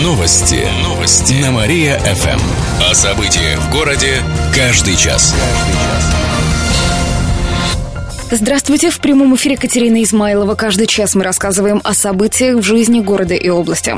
Новости на Мария-ФМ. О событиях в городе каждый час. Здравствуйте! В прямом эфире Катерина Измайлова. Каждый час мы рассказываем о событиях в жизни города и области.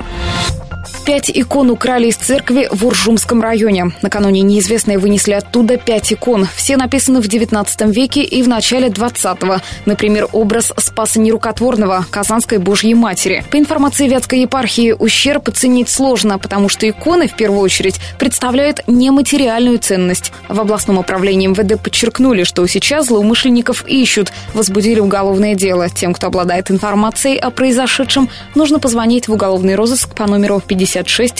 5 икон украли из церкви в Уржумском районе. Накануне неизвестные вынесли оттуда 5 икон. Все написаны в 19 веке и в начале 20-го. Например, образ Спаса Нерукотворного, Казанской Божьей Матери. По информации Вятской епархии, ущерб оценить сложно, потому что иконы, в первую очередь, представляют нематериальную ценность. В областном управлении МВД подчеркнули, что сейчас злоумышленников ищут. Возбудили уголовное дело. Тем, кто обладает информацией о произошедшем, нужно позвонить в уголовный розыск по номеру 56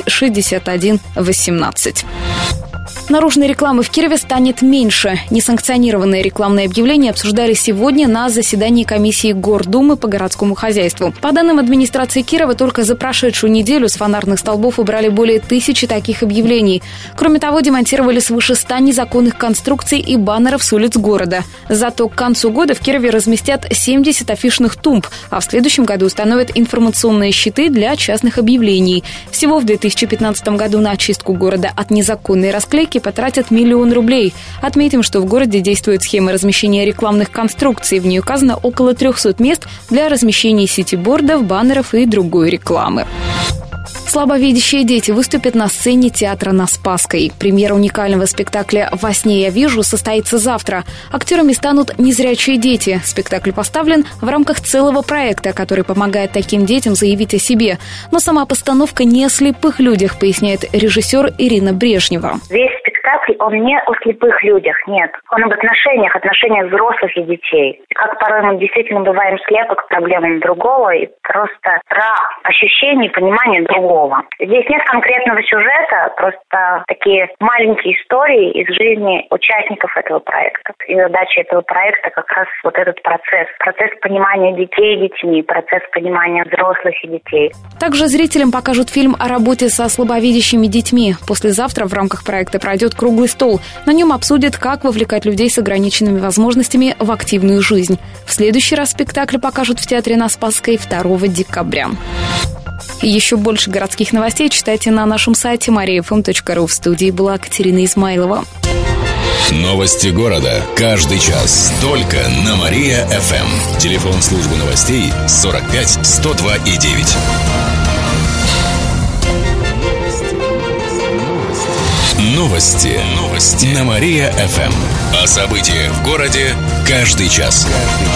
61 18. Наружной рекламы в Кирове станет меньше. Несанкционированные рекламные объявления обсуждали сегодня на заседании комиссии Гордумы по городскому хозяйству. По данным администрации Кирова, только за прошедшую неделю с фонарных столбов убрали более 1000 таких объявлений. Кроме того, демонтировали свыше 100 незаконных конструкций и баннеров с улиц города. Зато к концу года в Кирове разместят 70 афишных тумб, а в следующем году установят информационные щиты для частных объявлений. Всего в 2015 году на очистку города от незаконной расклейки потратят 1 000 000 рублей. Отметим, что в городе действует схема размещения рекламных конструкций. В ней указано около 300 мест для размещения сетибордов, баннеров и другой рекламы. Слабовидящие дети выступят на сцене театра на Спасской. Премьера уникального спектакля «Во сне я вижу» состоится завтра. Актерами станут незрячие дети. Спектакль поставлен в рамках целого проекта, который помогает таким детям заявить о себе. Но сама постановка не о слепых людях, поясняет режиссер Ирина Брежнева. Весь спектакль, он не о слепых людях, нет. Он об отношениях взрослых и детей. Как порой мы действительно бываем слепы к проблемам другого и просто про ощущение и понимание другого. Здесь нет конкретного сюжета, просто такие маленькие истории из жизни участников этого проекта. И задача этого проекта как раз вот этот процесс понимания детей детьми, процесс понимания взрослых и детей. Также зрителям покажут фильм о работе со слабовидящими детьми. Послезавтра в рамках проекта пройдет круглый стол. На нем обсудят, как вовлекать людей с ограниченными возможностями в активную жизнь. В следующий раз спектакль покажут в театре на Спасской 2 декабря. И еще больше городских новостей читайте на нашем сайте mariafm.ru. В студии была Катерина Измайлова. Новости города. Каждый час. Только на Мария-ФМ. Телефон службы новостей 45 102 и 9. Новости на Мария-ФМ. О событиях в городе каждый час.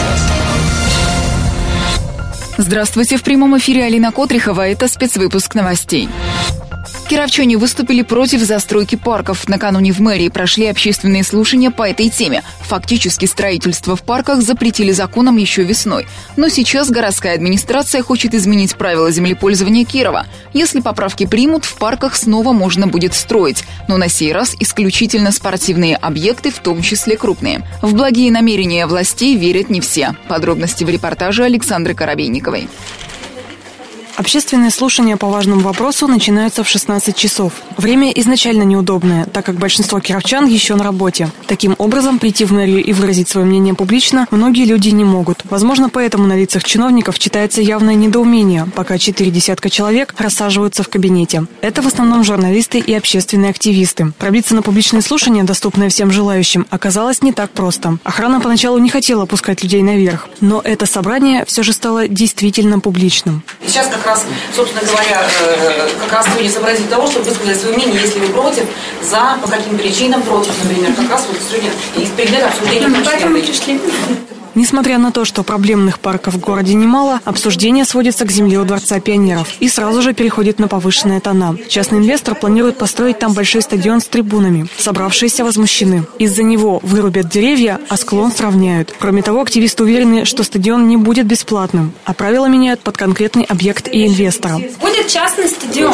Здравствуйте, в прямом эфире Алина Котрихова. Это спецвыпуск новостей. Кировчане выступили против застройки парков. Накануне в мэрии прошли общественные слушания по этой теме. Фактически строительство в парках запретили законом еще весной. Но сейчас городская администрация хочет изменить правила землепользования Кирова. Если поправки примут, в парках снова можно будет строить. Но на сей раз исключительно спортивные объекты, в том числе крупные. В благие намерения властей верят не все. Подробности в репортаже Александры Коробейниковой. Общественные слушания по важному вопросу начинаются в 16 часов. Время изначально неудобное, так как большинство кировчан еще на работе. Таким образом, прийти в мэрию и выразить свое мнение публично многие люди не могут. Возможно, поэтому на лицах чиновников читается явное недоумение, пока 40 человек рассаживаются в кабинете. Это в основном журналисты и общественные активисты. Пробиться на публичные слушания, доступные всем желающим, оказалось не так просто. Охрана поначалу не хотела пускать людей наверх. Но это собрание все же стало действительно публичным. Сейчас как раз, собственно говоря, как раз будет изобразить того, чтобы высказать свое мнение, если вы против, за, по каким причинам против, например. Как раз вот сегодня из предмета обсуждения. Поэтому пришли. Несмотря на то, что проблемных парков в городе немало, обсуждение сводится к земле у Дворца пионеров и сразу же переходит на повышенные тона. Частный инвестор планирует построить там большой стадион с трибунами. Собравшиеся возмущены. Из-за него вырубят деревья, а склон сравняют. Кроме того, активисты уверены, что стадион не будет бесплатным, а правила меняют под конкретный объект и инвестора. Будет частный стадион.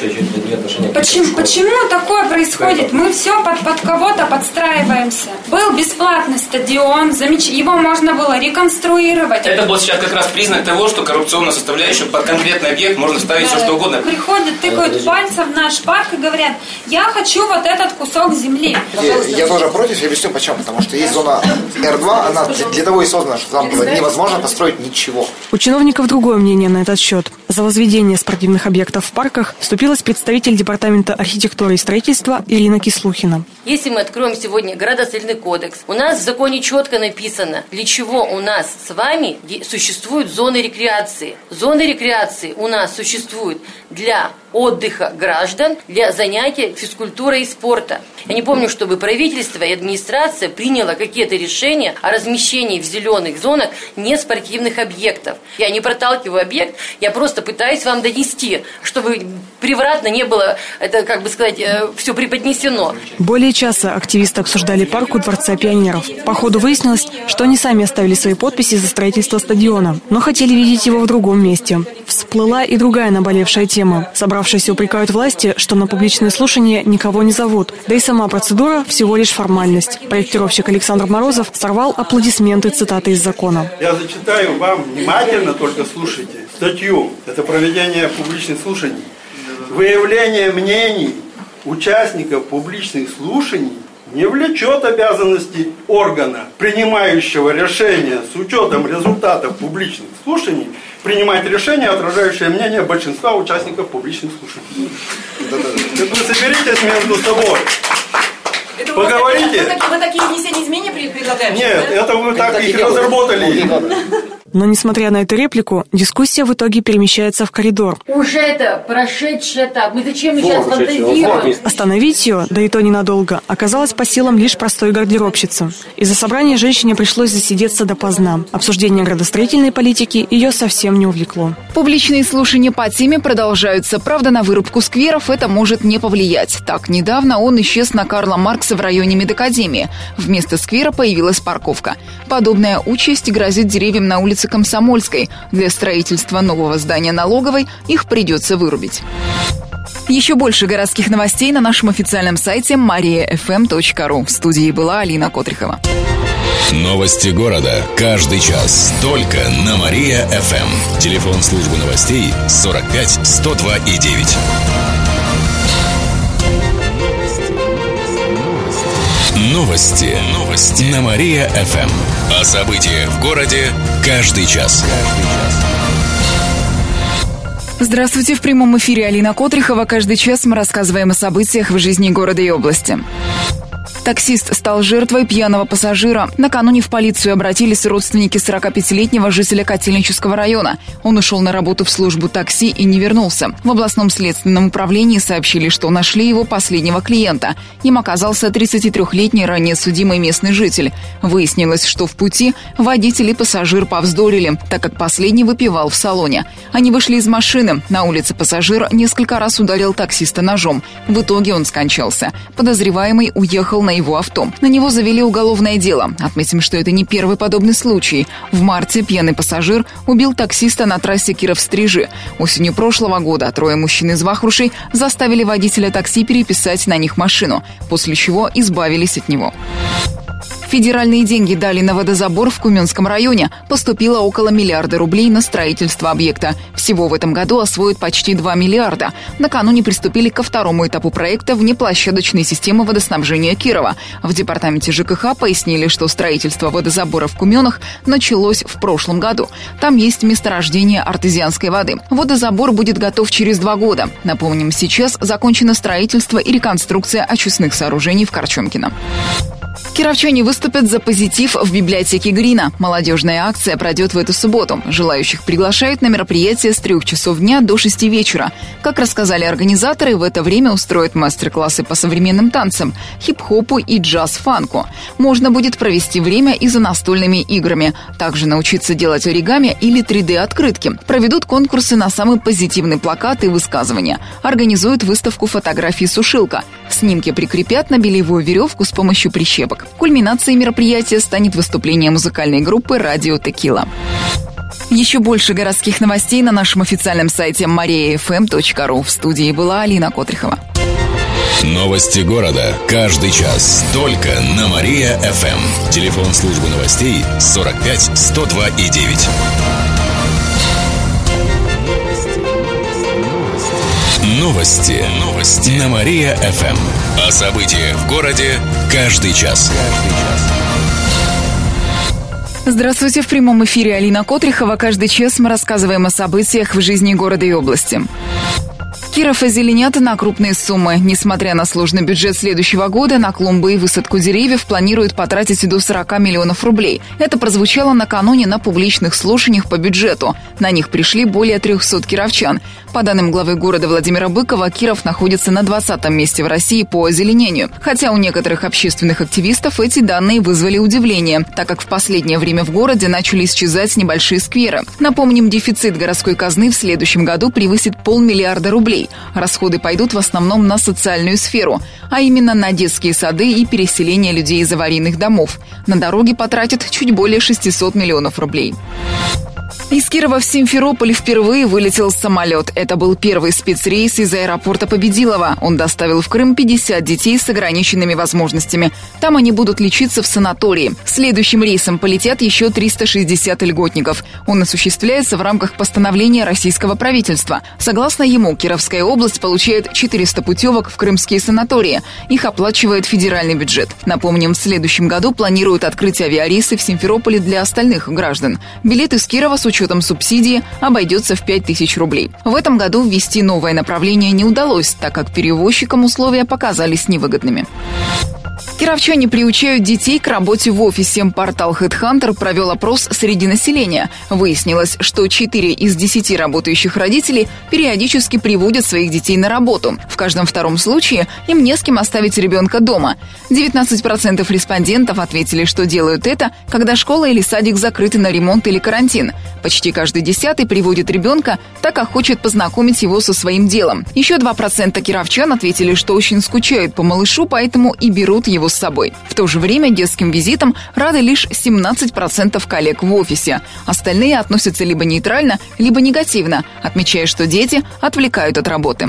Почему такое происходит? Мы все под кого-то подстраиваемся. Был бесплатный стадион, его можно нужно было реконструировать. Это был сейчас как раз признак того, что коррупционная составляющая под конкретный объект можно ставить все что угодно. Приходят, тыкают пальцем в наш парк и говорят: я хочу вот этот кусок земли. Я тоже против, я объясню почему. Потому что есть зона Р2, она для того и создана, что там было невозможно построить ничего. У чиновников другое мнение на этот счет. За возведение спортивных объектов в парках вступилась представитель Департамента архитектуры и строительства Ирина Кислухина. Если мы откроем сегодня градостроительный кодекс, у нас в законе четко написано, для чего у нас с вами существуют зоны рекреации. Зоны рекреации у нас существуют для отдыха граждан, для занятия физкультурой и спорта. Я не помню, чтобы правительство и администрация приняло какие-то решения о размещении в зеленых зонах неспортивных объектов. Я не проталкиваю объект, я просто пытаюсь вам донести, чтобы превратно не было, это, как бы сказать, все преподнесено. Более часа активисты обсуждали парк у Дворца пионеров. По ходу выяснилось, что они сами оставили свои подписи за строительство стадиона, но хотели видеть его в другом месте. Всплыла и другая наболевшая тема. Собравшиеся упрекают власти, что на публичные слушания никого не зовут. Да и сама процедура всего лишь формальность. Проектировщик Александр Морозов сорвал аплодисменты цитаты из закона. Я зачитаю вам, внимательно только слушайте, статью. Это проведение публичных слушаний. Выявление мнений участников публичных слушаний не влечет обязанности органа, принимающего решения с учетом результатов публичных слушаний, принимать решения, отражающие мнение большинства участников публичных слушаний. Вы соберитесь между собой. Это поговорите. Вы такие внесения изменения предлагаете? Нет, это вы так их разработали. Но, несмотря на эту реплику, дискуссия в итоге перемещается в коридор. Уже это прошедший этап. Мы зачем сейчас фантазируем? Остановить ее, да и то ненадолго, оказалось по силам лишь простой гардеробщицы. Из-за собрания женщине пришлось засидеться допоздна. Обсуждение градостроительной политики ее совсем не увлекло. Публичные слушания по теме продолжаются. Правда, на вырубку скверов это может не повлиять. Так, недавно он исчез на Карла Маркса в районе медакадемии. Вместо сквера появилась парковка. Подобная участь грозит деревьям на улице Комсомольской. Для строительства нового здания налоговой их придется вырубить. Еще больше городских новостей на нашем официальном сайте mariafm.ru. В студии была Алина Котрихова. Новости города. Каждый час. Только на Мария-ФМ. Телефон службы новостей 45 102 и 9. Новости на Мария-ФМ. О событиях в городе каждый час. Здравствуйте, в прямом эфире Алина Котрихова. Каждый час мы рассказываем о событиях в жизни города и области. Таксист стал жертвой пьяного пассажира. Накануне в полицию обратились родственники 45-летнего жителя Котельнического района. Он ушел на работу в службу такси и не вернулся. В областном следственном управлении сообщили, что нашли его последнего клиента. Им оказался 33-летний ранее судимый местный житель. Выяснилось, что в пути водитель и пассажир повздорили, так как последний выпивал в салоне. Они вышли из машины. На улице пассажир несколько раз ударил таксиста ножом. В итоге он скончался. Подозреваемый уехал на его авто. На него завели уголовное дело. Отметим, что это не первый подобный случай. В марте пьяный пассажир убил таксиста на трассе Киров-Стрижи. Осенью прошлого года трое мужчин из Вахрушей заставили водителя такси переписать на них машину, после чего избавились от него. Федеральные деньги дали на водозабор в Куменском районе. Поступило около миллиарда рублей на строительство объекта. Всего в этом году освоят почти 2 миллиарда. Накануне приступили ко второму этапу проекта внеплощадочной системы водоснабжения Кирова. В департаменте ЖКХ пояснили, что строительство водозабора в Куменах началось в прошлом году. Там есть месторождение артезианской воды. Водозабор будет готов через 2 года. Напомним, сейчас закончено строительство и реконструкция очистных сооружений в Корчомкино. Кировчане выступят за позитив в библиотеке Грина. Молодежная акция пройдет в эту субботу. Желающих приглашают на мероприятие с 3 часов дня до 6 вечера. Как рассказали организаторы, в это время устроят мастер-классы по современным танцам, хип-хопу и джаз-фанку. Можно будет провести время и за настольными играми. Также научиться делать оригами или 3D-открытки. Проведут конкурсы на самый позитивный плакат и высказывания. Организуют выставку фотографий «Сушилка». Снимки прикрепят на белевую веревку с помощью прищепок. Кульминацией мероприятия станет выступление музыкальной группы «Радио Текила». Еще больше городских новостей на нашем официальном сайте mariafm.ru. В студии была Алина Котрихова. Новости города. Каждый час. Только на Мария-ФМ. Телефон службы новостей 45 102 и 9. Новости на Мария-ФМ. О событиях в городе каждый час. Здравствуйте, в прямом эфире Алина Котрихова. Каждый час мы рассказываем о событиях в жизни города и области. Киров озеленят на крупные суммы. Несмотря на сложный бюджет следующего года, на клумбы и высадку деревьев планируют потратить до 40 миллионов рублей. Это прозвучало накануне на публичных слушаниях по бюджету. На них пришли более 300 кировчан. По данным главы города Владимира Быкова, Киров находится на 20-м месте в России по озеленению. Хотя у некоторых общественных активистов эти данные вызвали удивление, так как в последнее время в городе начали исчезать небольшие скверы. Напомним, дефицит городской казны в следующем году превысит 500 миллиона рублей. Расходы пойдут в основном на социальную сферу, а именно на детские сады и переселение людей из аварийных домов. На дороги потратят чуть более 600 миллионов рублей. Из Кирова в Симферополь впервые вылетел самолет. Это был первый спецрейс из аэропорта Победилова. Он доставил в Крым 50 детей с ограниченными возможностями. Там они будут лечиться в санатории. Следующим рейсом полетят еще 360 льготников. Он осуществляется в рамках постановления российского правительства. Согласно ему, Кировская область получает 400 путевок в крымские санатории. Их оплачивает федеральный бюджет. Напомним, в следующем году планируют открыть авиарейсы в Симферополе для остальных граждан. Билет из Кирова с учетом субсидии обойдется в 5000 рублей. В этом году ввести новое направление не удалось, так как перевозчикам условия показались невыгодными. Кировчане приучают детей к работе в офисе. Портал HeadHunter провел опрос среди населения. Выяснилось, что 4 из 10 работающих родителей периодически приводят своих детей на работу. В каждом втором случае им не с кем оставить ребенка дома. 19% респондентов ответили, что делают это, когда школа или садик закрыты на ремонт или карантин. Почти каждый 10-й приводит ребенка, так как хочет познакомить его со своим делом. Еще 2% кировчан ответили, что очень скучают по малышу, поэтому и берут его с собой. В то же время детским визитам рады лишь 17% коллег в офисе. Остальные относятся либо нейтрально, либо негативно, отмечая, что дети отвлекают от работы.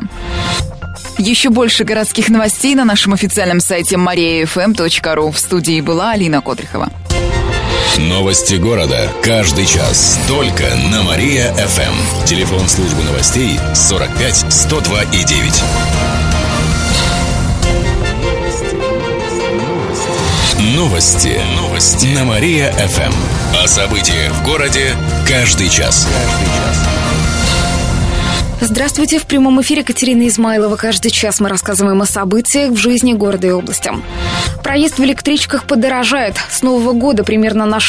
Еще больше городских новостей на нашем официальном сайте mariafm.ru. В студии была Алина Котрихова. Новости города. Каждый час. Только на Мария-ФМ. Телефон службы новостей 45 102 и 9. Новости на Мария-ФМ. О событиях в городе каждый час. Здравствуйте, в прямом эфире Катерина Измайлова. Каждый час мы рассказываем о событиях в жизни города и области. Проезд в электричках подорожает. С нового года примерно на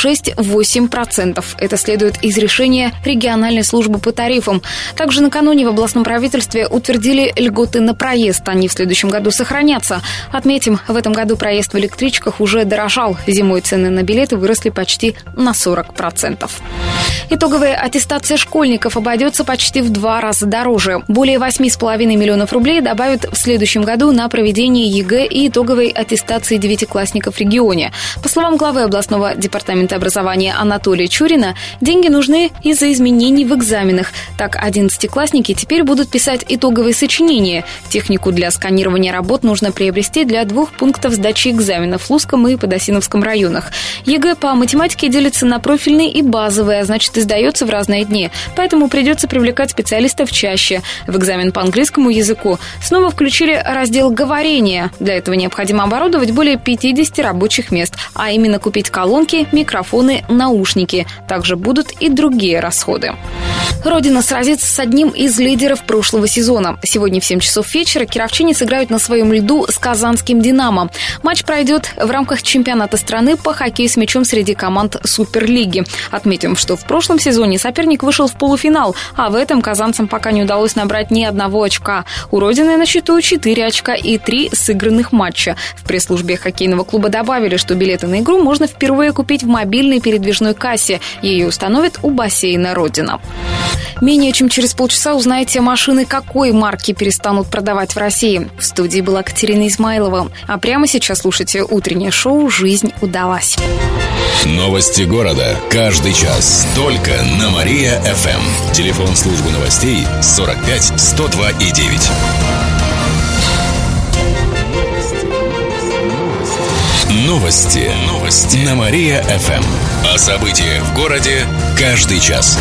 6-8%. Это следует из решения региональной службы по тарифам. Также накануне в областном правительстве утвердили льготы на проезд. Они в следующем году сохранятся. Отметим, в этом году проезд в электричках уже дорожал. Зимой цены на билеты выросли почти на 40%. Итоговая аттестация школьников обойдется почти в 2 раза дороже. Более 8,5 миллионов рублей добавят в следующем году на проведение ЕГЭ и итоговой аттестации девятиклассников в регионе. По словам главы областного департамента образования Анатолия Чурина, деньги нужны из-за изменений в экзаменах. Так, 11-классники теперь будут писать итоговые сочинения. Технику для сканирования работ нужно приобрести для 2 пунктов сдачи экзаменов в Лузском и Подосиновском районах. ЕГЭ по математике делится на профильный и базовый, а значит, издается в разные дни. Поэтому придется привлекать специалистов чаще. В экзамен по английскому языку снова включили раздел «Говорение». Для этого необходимо оборудовать более 50 рабочих мест, а именно купить колонки, микрофоны, наушники. Также будут и другие расходы. Родина сразится с одним из лидеров прошлого сезона. Сегодня в 7 часов вечера кировчане сыграют на своем льду с казанским «Динамо». Матч пройдет в рамках чемпионата страны по хоккею с мячом среди команд Суперлиги. Отметим, что в прошлом сезоне соперник вышел в полуфинал, а в этом казанцам пока не удалось набрать ни одного очка. У Родины на счету 4 очка и 3 сыгранных матча. В пресс-службе хоккейного клуба добавили, что билеты на игру можно впервые купить в мобильной передвижной кассе. Ее установят у бассейна «Родина». Менее чем через полчаса узнаете, машины какой марки перестанут продавать в России. В студии была Катерина Измайлова. А прямо сейчас слушайте утреннее шоу «Жизнь удалась». Новости города. Каждый час. Только на Мария-ФМ. Телефон службы новостей 45 102 и 9. Новости на Мария-ФМ. О событиях в городе каждый час.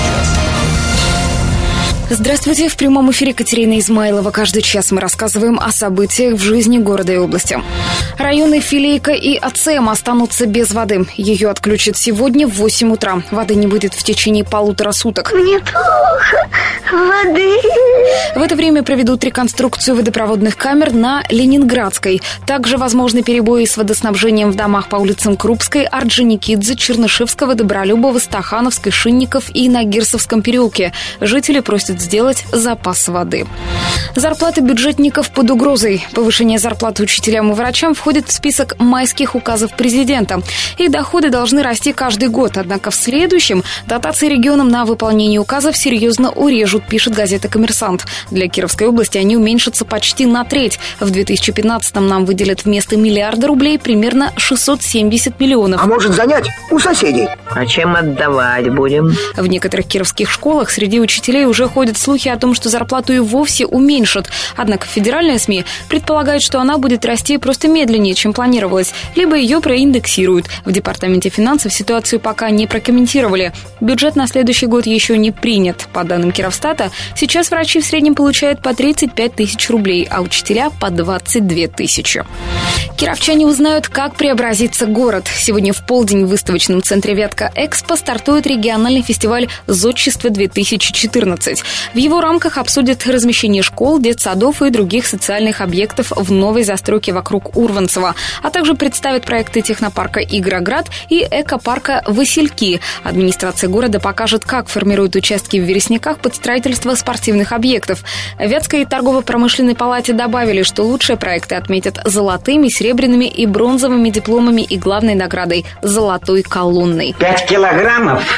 Здравствуйте. В прямом эфире Катерина Измайлова. Каждый час мы рассказываем о событиях в жизни города и области. Районы Филейка и Ацем останутся без воды. Ее отключат сегодня в 8 утра. Воды не будет в течение 1,5 суток. Мне плохо. Воды. В это время проведут реконструкцию водопроводных камер на Ленинградской. Также возможны перебои с водоснабжением в домах по улицам Крупской, Орджоникидзе, Чернышевского, Добролюбова, Стахановской, Шинников и на Гирсовском переулке. Жители просят сделать запас воды. Зарплаты бюджетников под угрозой. Повышение зарплаты учителям и врачам входит в список майских указов президента. Их доходы должны расти каждый год. Однако в следующем дотации регионам на выполнение указов серьезно урежут, пишет газета «Коммерсант». Для Кировской области они уменьшатся почти на треть. В 2015-м нам выделят вместо миллиарда рублей примерно 670 миллионов. А может занять у соседей? А чем отдавать будем? В некоторых кировских школах среди учителей уже ходят слухи о том, что зарплату и вовсе уменьшат. Однако федеральные СМИ предполагают, что она будет расти просто медленнее, чем планировалось, либо ее проиндексируют. В Департаменте финансов ситуацию пока не прокомментировали. Бюджет на следующий год еще не принят. По данным Кировстата, сейчас врачи в среднем получают по 35 тысяч рублей, а учителя по 22 тысячи. Кировчане узнают, как преобразится город. Сегодня в полдень в выставочном центре «Вятка-Экспо» стартует региональный фестиваль «Зодчество-2014». В его рамках обсудят размещение школ, детсадов и других социальных объектов в новой застройке вокруг Урванцева, а также представят проекты технопарка «Игроград» и экопарка «Васильки». Администрация города покажет, как формируют участки в Вересниках под строительство спортивных объектов. В Вятской торгово-промышленной палате добавили, что лучшие проекты отметят золотыми, серебряными и бронзовыми дипломами и главной наградой – золотой колонной. 5 килограммов,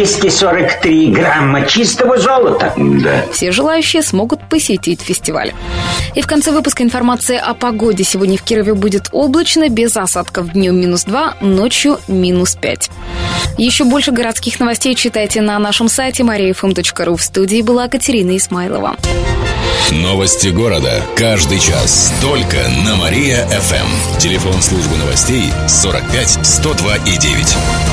243 грамма чистого золота. Да. Все желающие смогут посетить фестиваль. И в конце выпуска информация о погоде. Сегодня в Кирове будет облачно, без осадков. Днем -2, ночью -5. Еще больше городских новостей читайте на нашем сайте mariafm.ru. В студии была Катерина Измайлова. Новости города. Каждый час. Только на Мария-ФМ. Телефон службы новостей 45 102 и 9.